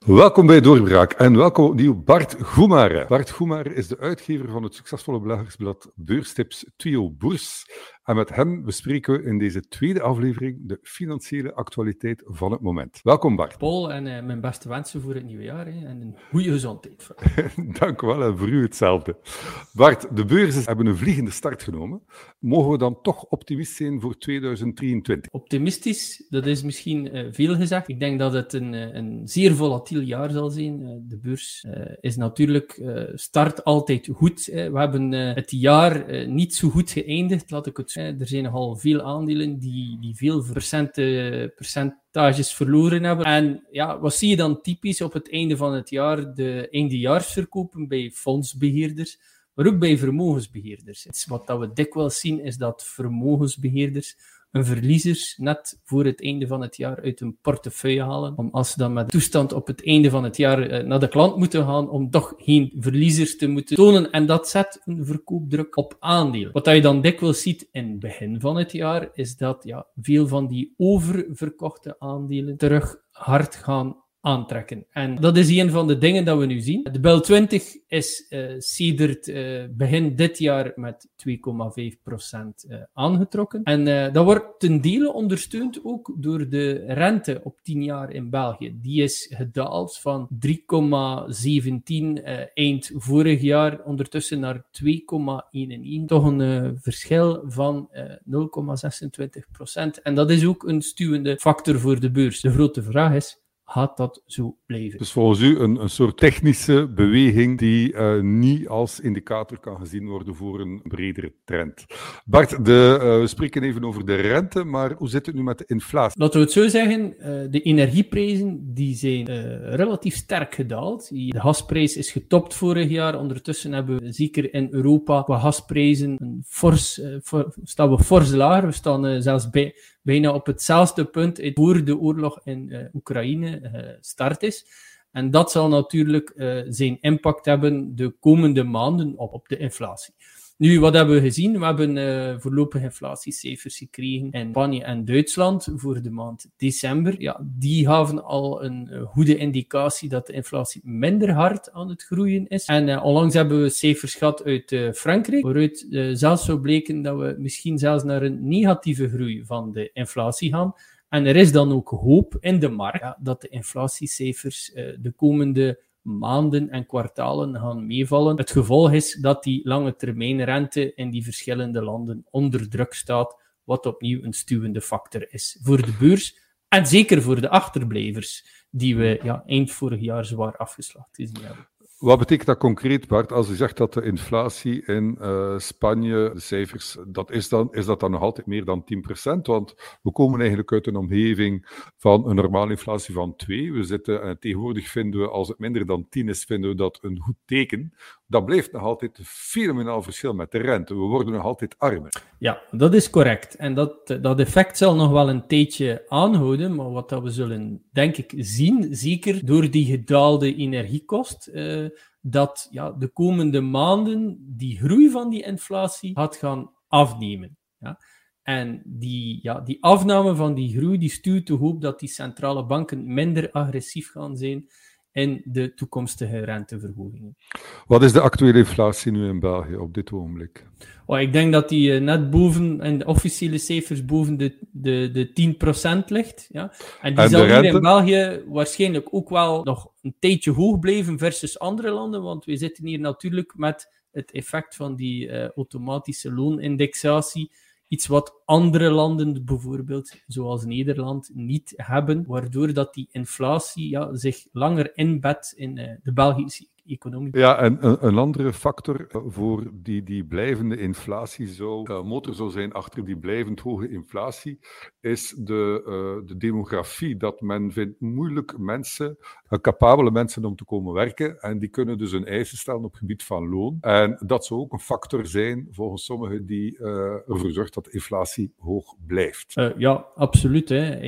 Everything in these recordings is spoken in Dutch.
Welkom bij Doorbraak en welkom opnieuw Bart Goemare. Bart Goemare is de uitgever van het succesvolle beleggersblad Beurstips Twio Boers. En met hem bespreken we in deze tweede aflevering de financiële actualiteit van het moment. Welkom Bart. Paul, en mijn beste wensen voor het nieuwe jaar en een goede gezondheid. Dank u wel en voor u hetzelfde. Bart, de beurzen hebben een vliegende start genomen. Mogen we dan toch optimistisch zijn voor 2023? Optimistisch, dat is misschien veel gezegd. Ik denk dat het een zeer volatiel jaar zal zijn. De beurs is natuurlijk start altijd goed. We hebben het jaar niet zo goed geëindigd, laat ik het zo. Er zijn nogal veel aandelen die veel percentages verloren hebben. En ja, wat zie je dan typisch op het einde van het jaar? De eindejaarsverkopen bij fondsbeheerders, maar ook bij vermogensbeheerders. Wat dat we dikwijls zien, is dat vermogensbeheerders hun verliezers net voor het einde van het jaar uit hun portefeuille halen. Om als ze dan met de toestand op het einde van het jaar naar de klant moeten gaan, om toch geen verliezers te moeten tonen. En dat zet een verkoopdruk op aandelen. Wat je dan dikwijls ziet in het begin van het jaar, is dat veel van die oververkochte aandelen terug hard gaan aantrekken. En dat is een van de dingen dat we nu zien. De BEL 20 is sedert begin dit jaar met 2,5% aangetrokken. En dat wordt ten dele ondersteund ook door de rente op 10 jaar in België. Die is gedaald van 3,17 eind vorig jaar ondertussen naar 2,91. Toch een verschil van 0,26%. En dat is ook een stuwende factor voor de beurs. De grote vraag is, gaat dat zo blijven? Dus volgens u een soort technische beweging die niet als indicator kan gezien worden voor een bredere trend. Bart, we spreken even over de rente, maar hoe zit het nu met de inflatie? Laten we het zo zeggen, de energieprijzen die zijn relatief sterk gedaald. De gasprijs is getopt vorig jaar. Ondertussen hebben we zeker in Europa qua gasprijzen staan we fors lager. We staan zelfs bijna op hetzelfde punt voor de oorlog in Oekraïne start is. En dat zal natuurlijk zijn impact hebben de komende maanden op de inflatie. Nu, wat hebben we gezien? We hebben voorlopige inflatiecijfers gekregen in Spanje en Duitsland voor de maand december. Ja, die gaven al een goede indicatie dat de inflatie minder hard aan het groeien is. En onlangs hebben we cijfers gehad uit Frankrijk, waaruit zelfs zou bleken dat we misschien zelfs naar een negatieve groei van de inflatie gaan. En er is dan ook hoop in de markt dat de inflatiecijfers de komende maanden en kwartalen gaan meevallen. Het gevolg is dat die lange termijn rente in die verschillende landen onder druk staat, wat opnieuw een stuwende factor is voor de beurs en zeker voor de achterblijvers die we eind vorig jaar zwaar afgeslacht gezien hebben. Wat betekent dat concreet, Bart, als u zegt dat de inflatie in Spanje, de cijfers, is dat dan nog altijd meer dan 10%? Want we komen eigenlijk uit een omgeving van een normale inflatie van 2. We zitten, en tegenwoordig vinden we, als het minder dan 10 is, vinden we dat een goed teken. Dat blijft nog altijd een fenomenaal verschil met de rente. We worden nog altijd armer. Ja, dat is correct. En dat effect zal nog wel een tijdje aanhouden, maar wat dat we zullen, denk ik, zien, zeker door die gedaalde energiekost, dat de komende maanden die groei van die inflatie gaat gaan afnemen. Ja? En die afname van die groei die stuurt de hoop dat die centrale banken minder agressief gaan zijn in de toekomstige renteverhogingen. Wat is de actuele inflatie nu in België op dit ogenblik? Ik denk dat die net boven, in de officiële cijfers, boven de 10% ligt. Ja? En die zal hier in België waarschijnlijk ook wel nog een tijdje hoog blijven versus andere landen, want we zitten hier natuurlijk met het effect van die automatische loonindexatie. Iets wat andere landen, bijvoorbeeld zoals Nederland, niet hebben, waardoor dat die inflatie zich langer inbedt in de Belgische economie. Ja, en een andere factor voor die blijvende inflatie motor zou zijn achter die blijvend hoge inflatie, is de demografie. Dat men vindt moeilijk capabele mensen om te komen werken en die kunnen dus hun eisen stellen op het gebied van loon. En dat zou ook een factor zijn, volgens sommigen, die ervoor zorgt dat de inflatie hoog blijft. Ja, absoluut. Hè.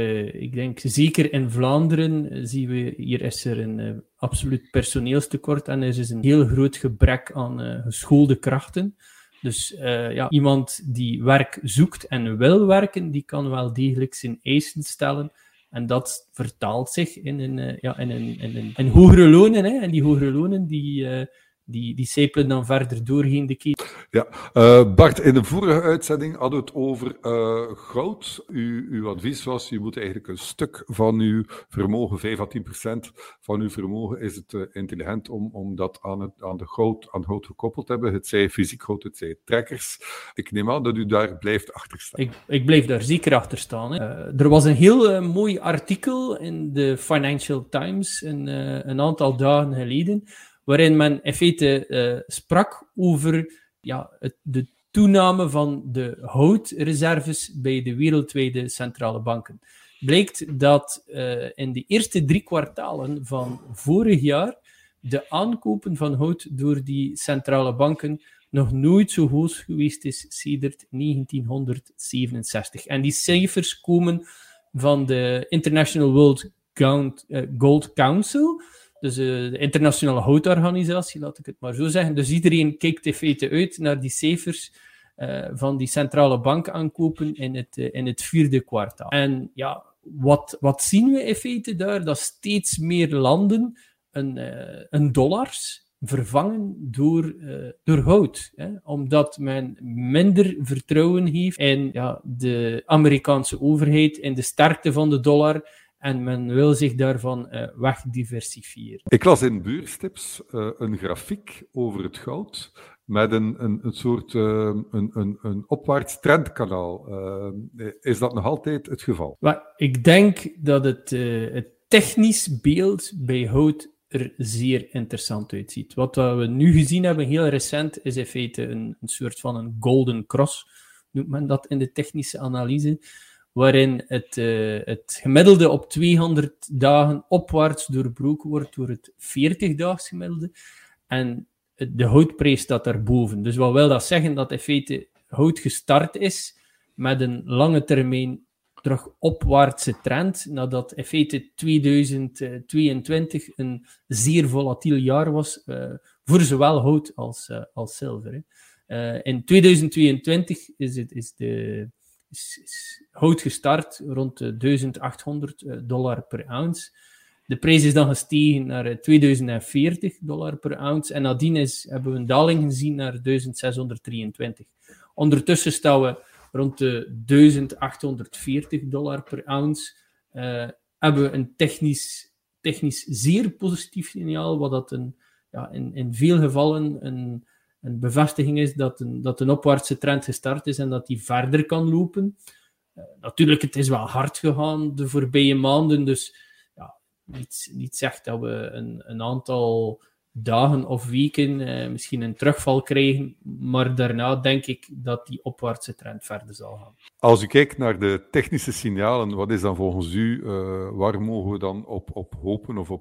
Ik denk, zeker in Vlaanderen zien we, hier is er een absoluut personeelstekort en er is een heel groot gebrek aan geschoolde krachten. Dus iemand die werk zoekt en wil werken, die kan wel degelijk zijn eisen stellen. En dat vertaalt zich in hogere lonen. Hè? En die hogere lonen die sijpelen dan verder doorheen de keten. Ja, Bart, in de vorige uitzending hadden we het over goud. Uw advies was, je moet eigenlijk een stuk van uw vermogen, 5 à 10% van uw vermogen, is het intelligent om dat aan goud gekoppeld te hebben. Het zij fysiek goud, het zij trekkers. Ik neem aan dat u daar blijft achter staan. Ik blijf daar zeker achter staan. Hè. Er was een heel mooi artikel in de Financial Times een aantal dagen geleden, waarin men in feite sprak over de toename van de houtreserves bij de wereldwijde centrale banken. Blijkt dat in de eerste 3 kwartalen van vorig jaar de aankopen van hout door die centrale banken nog nooit zo hoog geweest is sedert 1967. En die cijfers komen van de International World Gold Council, dus de internationale houtorganisatie, laat ik het maar zo zeggen. Dus iedereen kijkt in feite uit naar die cijfers van die centrale bankaankopen in het 4e kwartaal. En ja, wat zien we in feite daar? Dat steeds meer landen een dollars vervangen door hout. Hè? Omdat men minder vertrouwen heeft in de Amerikaanse overheid, in de sterkte van de dollar. En men wil zich daarvan wegdiversifiëren. Ik las in Beurstips een grafiek over het goud met een soort een opwaarts trendkanaal. Is dat nog altijd het geval? Maar ik denk dat het technisch beeld bij hout er zeer interessant uitziet. Wat we nu gezien hebben, heel recent, is in feite een soort van een golden cross, noemt men dat in de technische analyse, waarin het gemiddelde op 200 dagen opwaarts doorbroken wordt door het 40-daags gemiddelde. En de houtprijs staat daarboven. Dus wat wil dat zeggen? Dat in feite hout gestart is met een lange termijn terug opwaartse trend, nadat in feite 2022 een zeer volatiel jaar was voor zowel hout als zilver. In 2022 is hout gestart rond $1,800 per ounce. De prijs is dan gestegen naar $2,040 per ounce en nadien hebben we een daling gezien naar $1,623. Ondertussen staan we rond de $1,840 per ounce. Hebben we een technisch zeer positief signaal, wat dat in veel gevallen een bevestiging is dat een opwaartse trend gestart is en dat die verder kan lopen. Natuurlijk, het is wel hard gegaan de voorbije maanden, dus niet zegt dat we een aantal dagen of weken misschien een terugval krijgen, maar daarna denk ik dat die opwaartse trend verder zal gaan. Als u kijkt naar de technische signalen, wat is dan volgens u, waar mogen we dan op hopen of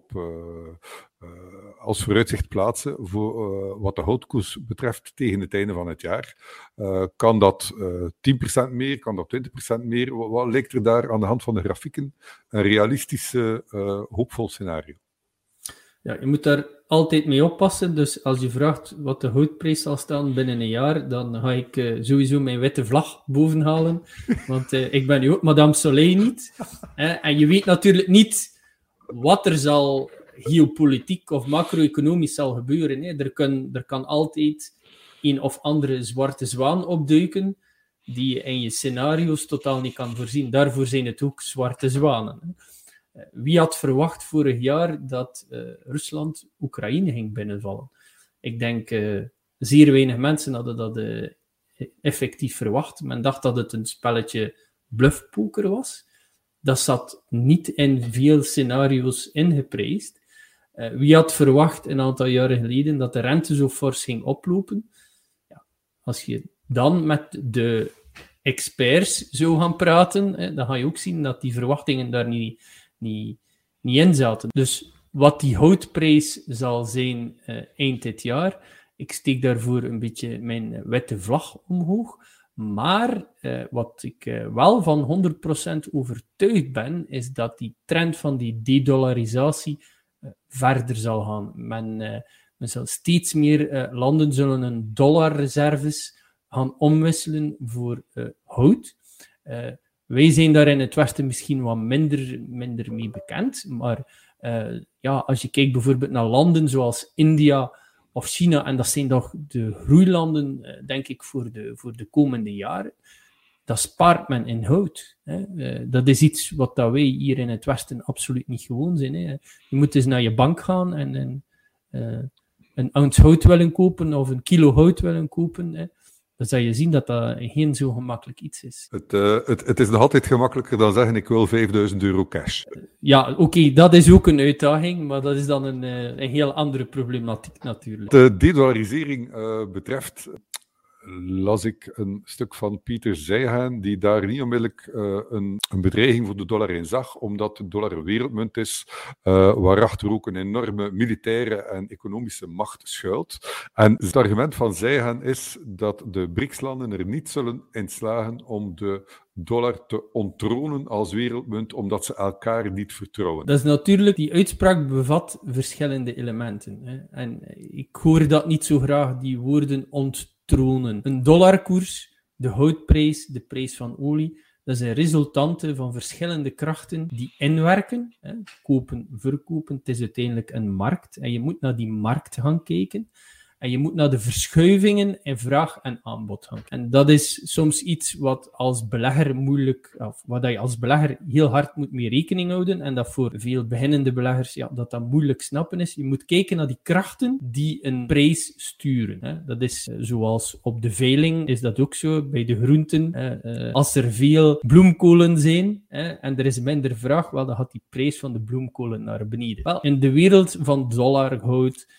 als vooruitzicht plaatsen voor wat de houtkoers betreft tegen het einde van het jaar? Kan dat 10% meer, kan dat 20% meer? Wat lijkt er daar aan de hand van de grafieken een realistische, hoopvol scenario? Ja, je moet daar altijd mee oppassen. Dus als je vraagt wat de houtprijs zal staan binnen een jaar, dan ga ik sowieso mijn witte vlag bovenhalen. Want ik ben nu ook Madame Soleil niet. En je weet natuurlijk niet wat er zal geopolitiek of macro-economisch zal gebeuren. Hè. Er kan altijd een of andere zwarte zwaan opduiken die je in je scenario's totaal niet kan voorzien. Daarvoor zijn het ook zwarte zwanen. Hè. Wie had verwacht vorig jaar dat Rusland Oekraïne ging binnenvallen? Ik denk zeer weinig mensen hadden dat effectief verwacht. Men dacht dat het een spelletje bluffpoker was. Dat zat niet in veel scenario's ingeprijsd. Wie had verwacht een aantal jaren geleden dat de rente zo fors ging oplopen? Ja, als je dan met de experts zou gaan praten, dan ga je ook zien dat die verwachtingen daar niet in zaten. Dus wat die houtprijs zal zijn eind dit jaar, ik steek daarvoor een beetje mijn witte vlag omhoog. Maar wat ik wel van 100% overtuigd ben, is dat die trend van die de-dollarisatie verder zal gaan. Men zal steeds meer landen zullen hun dollarreserves gaan omwisselen voor hout. Wij zijn daar in het Westen misschien wat minder mee bekend, maar als je kijkt bijvoorbeeld naar landen zoals India of China, en dat zijn toch de groeilanden, denk ik, voor de komende jaren, dat spaart men in hout. Hè. Dat is iets wat dat wij hier in het Westen absoluut niet gewoon zijn. Hè. Je moet eens naar je bank gaan en een ounce hout willen kopen of een kilo hout willen kopen. Hè. Dan zal je zien dat dat geen zo gemakkelijk iets is. Het is nog altijd gemakkelijker dan zeggen ik wil €5.000 cash. Ja, oké, dat is ook een uitdaging, maar dat is dan een heel andere problematiek natuurlijk. De de-dollarisering betreft las ik een stuk van Pieter Zijhaan, die daar niet onmiddellijk een bedreiging voor de dollar in zag, omdat de dollar een wereldmunt is, waarachter ook een enorme militaire en economische macht schuilt. En het argument van Zijhaan is dat de BRICS-landen er niet zullen in slagen om de dollar te onttronen als wereldmunt, omdat ze elkaar niet vertrouwen. Dat is natuurlijk, die uitspraak bevat verschillende elementen. Hè. En ik hoor dat niet zo graag, die woorden onttronen. Een dollarkoers, de houtprijs, de prijs van olie, dat zijn resultanten van verschillende krachten die inwerken. Hè. Kopen, verkopen, het is uiteindelijk een markt. En je moet naar die markt gaan kijken. En je moet naar de verschuivingen in vraag en aanbod gaan. En dat is soms iets wat als belegger wat je als belegger heel hard moet mee rekening houden. En dat voor veel beginnende beleggers, dat moeilijk snappen is. Je moet kijken naar die krachten die een prijs sturen. Hè. Dat is zoals op de veiling, is dat ook zo, bij de groenten. Als er veel bloemkolen zijn, en er is minder vraag, dan gaat die prijs van de bloemkolen naar beneden. Wel, in de wereld van dollar, goud,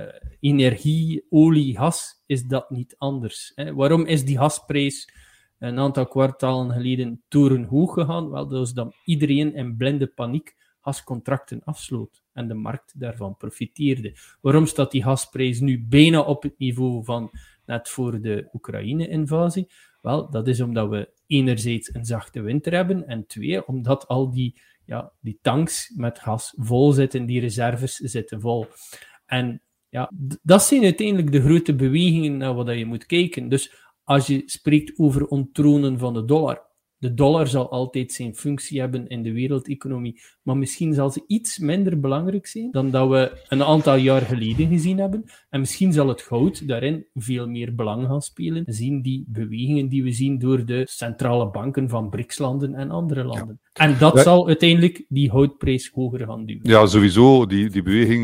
energie, olie, gas, is dat niet anders. Hè. Waarom is die gasprijs een aantal kwartalen geleden torenhoog gegaan? Wel, dat is dat iedereen in blinde paniek gascontracten afsloot en de markt daarvan profiteerde. Waarom staat die gasprijs nu bijna op het niveau van net voor de Oekraïne-invasie? Wel, dat is omdat we enerzijds een zachte winter hebben en twee, omdat al die tanks met gas vol zitten, die reserves zitten vol. En dat zijn uiteindelijk de grote bewegingen naar wat je moet kijken. Dus als je spreekt over onttronen van de dollar zal altijd zijn functie hebben in de wereldeconomie, maar misschien zal ze iets minder belangrijk zijn dan dat we een aantal jaar geleden gezien hebben. En misschien zal het goud daarin veel meer belang gaan spelen. We zien die bewegingen die we zien door de centrale banken van BRICS-landen en andere landen. Ja. En dat zal uiteindelijk die houtprijs hoger gaan duwen. Ja, sowieso, die beweging.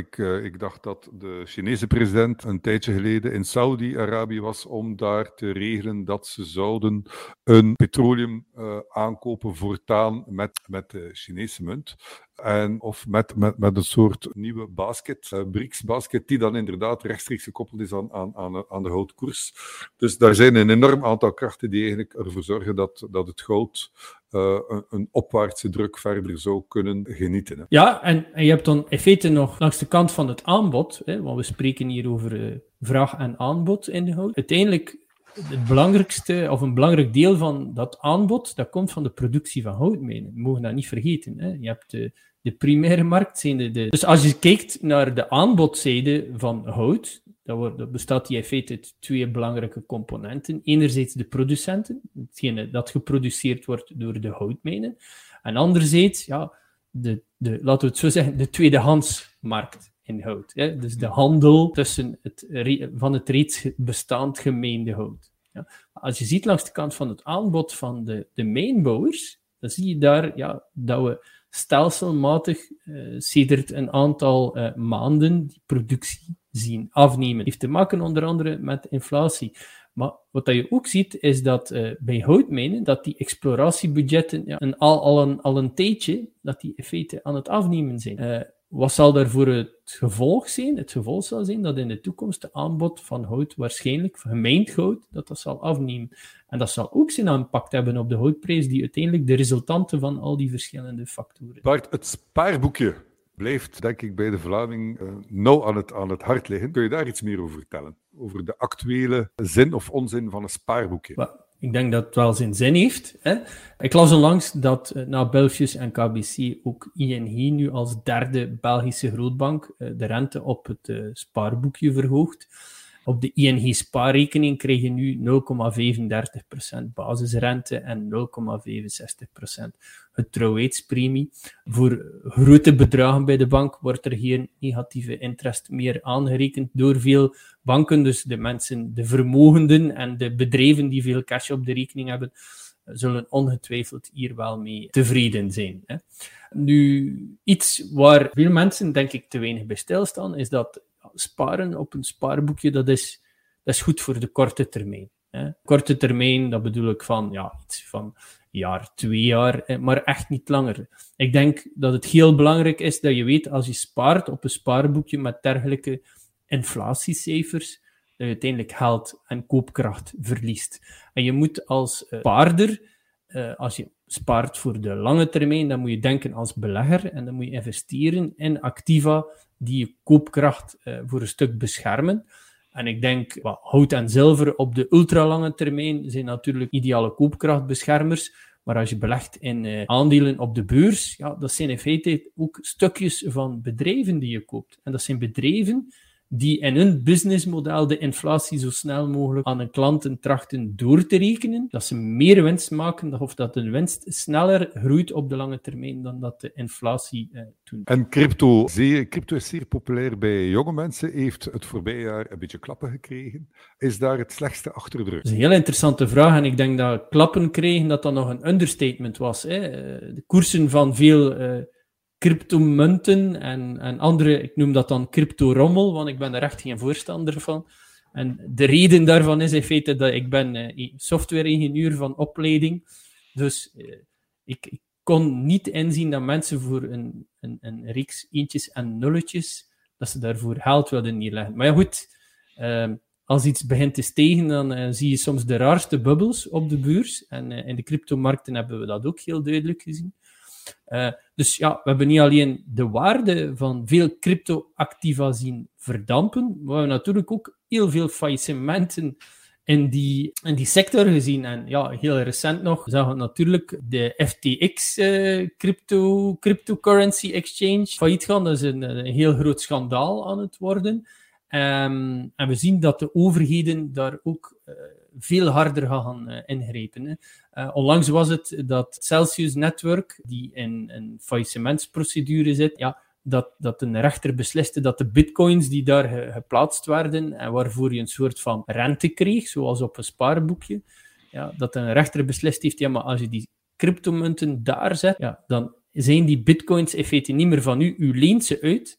Ik dacht dat de Chinese president een tijdje geleden in Saudi-Arabië was om daar te regelen dat ze zouden een petroleum aankopen voortaan met de Chinese munt. Of met een soort nieuwe basket, BRICS-basket, die dan inderdaad rechtstreeks gekoppeld is aan de goudkoers. Dus daar zijn een enorm aantal krachten die eigenlijk ervoor zorgen dat het goud een opwaartse druk verder zou kunnen genieten. Hè. Ja, en je hebt dan in feite nog langs de kant van het aanbod, want we spreken hier over vraag en aanbod in de goud. Uiteindelijk het belangrijkste, of een belangrijk deel van dat aanbod, dat komt van de productie van houtmijnen. We mogen dat niet vergeten. Hè. Je hebt de primaire markt. Dus als je kijkt naar de aanbodzijde van hout, dan bestaat die in feite uit twee belangrijke componenten. Enerzijds de producenten, hetgene dat geproduceerd wordt door de houtmijnen. En anderzijds, laten we het zo zeggen, de tweedehandsmarkt in hout. Hè? Dus de handel tussen van het reeds bestaand gemeende hout. Ja? Als je ziet langs de kant van het aanbod van de mijnbouwers, dan zie je daar dat we stelselmatig sedert een aantal maanden die productie zien afnemen. Het heeft te maken onder andere met inflatie. Maar wat je ook ziet, is dat bij houtmijnen, dat die exploratiebudgetten al een tijdje, dat die in feite aan het afnemen zijn. Wat zal daarvoor het gevolg zijn? Het gevolg zal zijn dat in de toekomst de aanbod van hout waarschijnlijk, van gemijnd goud, dat zal afnemen. En dat zal ook zijn impact hebben op de houtprijs, die uiteindelijk de resultanten van al die verschillende factoren. Bart, het spaarboekje blijft, denk ik, bij de Vlaming nauw aan het hart liggen. Kun je daar iets meer over vertellen? Over de actuele zin of onzin van een spaarboekje? Ik denk dat het wel zijn zin heeft. Hè. Ik las onlangs dat na Belfius en KBC ook ING nu als derde Belgische grootbank de rente op het spaarboekje verhoogt. Op de ING spaarrekening krijg je nu 0,35% basisrente en 0,65% getrouwheidspremie. Voor grote bedragen bij de bank wordt er geen negatieve interest meer aangerekend door veel banken. Dus de mensen, de vermogenden en de bedrijven die veel cash op de rekening hebben, zullen ongetwijfeld hier wel mee tevreden zijn. Hè. Nu, iets waar veel mensen, denk ik, te weinig bij stilstaan, is dat sparen op een spaarboekje, dat is goed voor de korte termijn. Hè. Korte termijn, dat bedoel ik van iets van jaar, 2 jaar, maar echt niet langer. Ik denk dat het heel belangrijk is dat je weet, als je spaart op een spaarboekje met dergelijke inflatiecijfers, dat je uiteindelijk geld en koopkracht verliest. En je moet als spaarder, als je spaart voor de lange termijn, dan moet je denken als belegger en dan moet je investeren in activa die je koopkracht voor een stuk beschermen. En ik denk, goud en zilver op de ultralange termijn zijn natuurlijk ideale koopkrachtbeschermers. Maar als je belegt in aandelen op de beurs, dat zijn in feite ook stukjes van bedrijven die je koopt. En dat zijn bedrijven die in hun businessmodel de inflatie zo snel mogelijk aan hun klanten trachten door te rekenen, dat ze meer winst maken, of dat de winst sneller groeit op de lange termijn dan dat de inflatie doet. En crypto is zeer populair bij jonge mensen, heeft het voorbije jaar een beetje klappen gekregen. Is daar het slechtste achter de rug? Dat is een heel interessante vraag en ik denk dat klappen krijgen dat nog een understatement was. Hè. De koersen van veel cryptomunten en andere, ik noem dat dan crypto-rommel, want ik ben er echt geen voorstander van. En de reden daarvan is in feite dat ik ben software-ingenieur van opleiding. Dus ik kon niet inzien dat mensen voor een reeks eentjes en nulletjes, dat ze daarvoor geld wilden neerleggen. Maar ja, goed, als iets begint te stijgen, dan zie je soms de raarste bubbels op de beurs. En in de cryptomarkten hebben we dat ook heel duidelijk gezien. Dus we hebben niet alleen de waarde van veel crypto-activa zien verdampen, maar we hebben natuurlijk ook heel veel faillissementen in die sector gezien. En heel recent nog zagen we natuurlijk de FTX cryptocurrency exchange failliet gaan. Dat is een heel groot schandaal aan het worden. En we zien dat de overheden daar ook veel harder gaan ingrijpen. Hè. Onlangs was het dat Celsius Network, die in een faillissementsprocedure zit, dat een rechter besliste dat de bitcoins die daar geplaatst werden en waarvoor je een soort van rente kreeg, zoals op een spaarboekje, dat een rechter beslist heeft, maar als je die cryptomunten daar zet, dan zijn die bitcoins in feite niet meer van u. U leent ze uit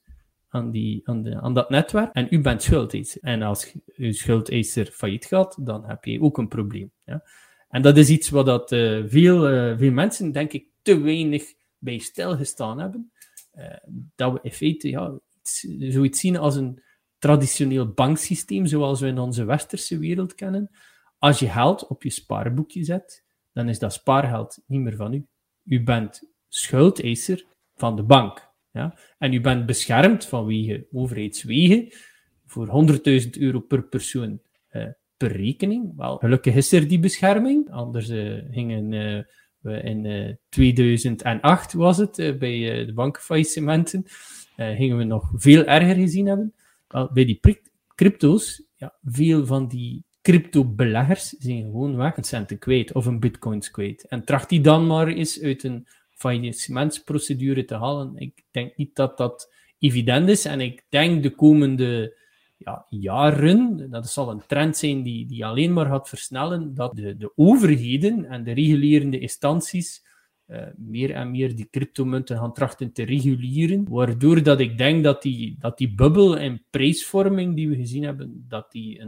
aan dat netwerk en u bent schuldeiser. En als uw schuldeiser failliet gaat, dan heb je ook een probleem. Ja? En dat is iets wat dat, veel mensen, denk ik, te weinig bij stilgestaan hebben. Dat we in feite zoiets zien als een traditioneel banksysteem, zoals we in onze westerse wereld kennen. Als je geld op je spaarboekje zet, dan is dat spaargeld niet meer van u. U bent schuldeiser van de bank. Ja? En u bent beschermd vanwege overheidswegen voor €100.000 per persoon per rekening. Wel, gelukkig is er die bescherming. Anders gingen we in 2008 was het, bij de bankenfaillissementen, gingen we nog veel erger gezien hebben. Wel, bij die crypto's, veel van die crypto-beleggers zijn gewoon weg een centen kwijt of een bitcoins kwijt. En tracht die dan maar eens uit een faillissementsprocedure te halen. Ik denk niet dat dat evident is. En ik denk de komende jaren, dat zal een trend zijn die alleen maar gaat versnellen, dat de overheden en de regulerende instanties meer en meer die cryptomunten gaan trachten te reguleren, waardoor dat ik denk dat die bubbel en prijsvorming die we gezien hebben, dat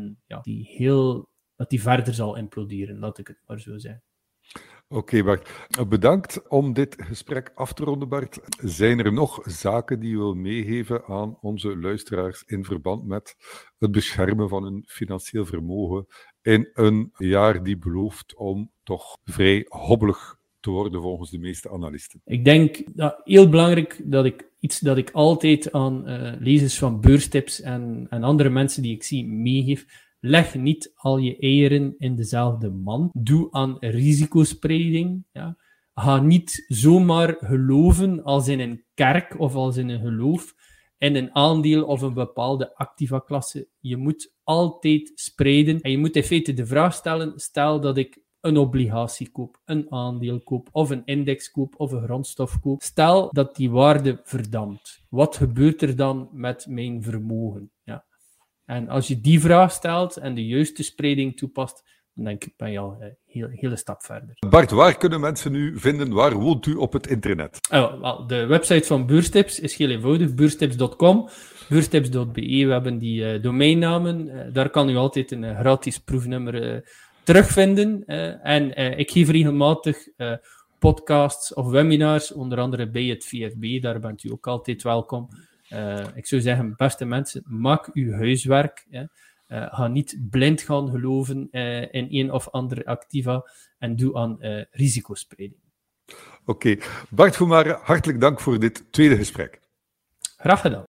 die verder zal imploderen, laat ik het maar zo zeggen. Oké, Bart. Bedankt om dit gesprek af te ronden, Bart. Zijn er nog zaken die je wil meegeven aan onze luisteraars in verband met het beschermen van hun financieel vermogen in een jaar die belooft om toch vrij hobbelig te worden volgens de meeste analisten? Ik denk dat heel belangrijk dat ik altijd aan lezers van beurstips en andere mensen die ik zie meegeef. Leg niet al je eieren in dezelfde mand. Doe aan risicospreiding. Ja. Ga niet zomaar geloven als in een kerk of als in een geloof. in een aandeel of een bepaalde activa-klasse. Je moet altijd spreiden. En je moet in feite de vraag stellen, stel dat ik een obligatie koop, een aandeel koop, of een index koop, of een grondstof koop. Stel dat die waarde verdampt. Wat gebeurt er dan met mijn vermogen? Ja. En als je die vraag stelt en de juiste spreiding toepast, dan denk ik, ben je al een hele stap verder. Bart, waar kunnen mensen u vinden? Waar woont u op het internet? De website van Beurstips is heel eenvoudig, beurstips.com, beurstips.be. We hebben die domeinnamen. Daar kan u altijd een gratis proefnummer terugvinden. En ik geef regelmatig podcasts of webinars, onder andere bij het VFB. Daar bent u ook altijd welkom. Ik zou zeggen, beste mensen, maak uw huiswerk. Ga niet blind gaan geloven in een of andere activa en doe aan risicospreiding. Oké. Bart Goumare, hartelijk dank voor dit tweede gesprek. Graag gedaan.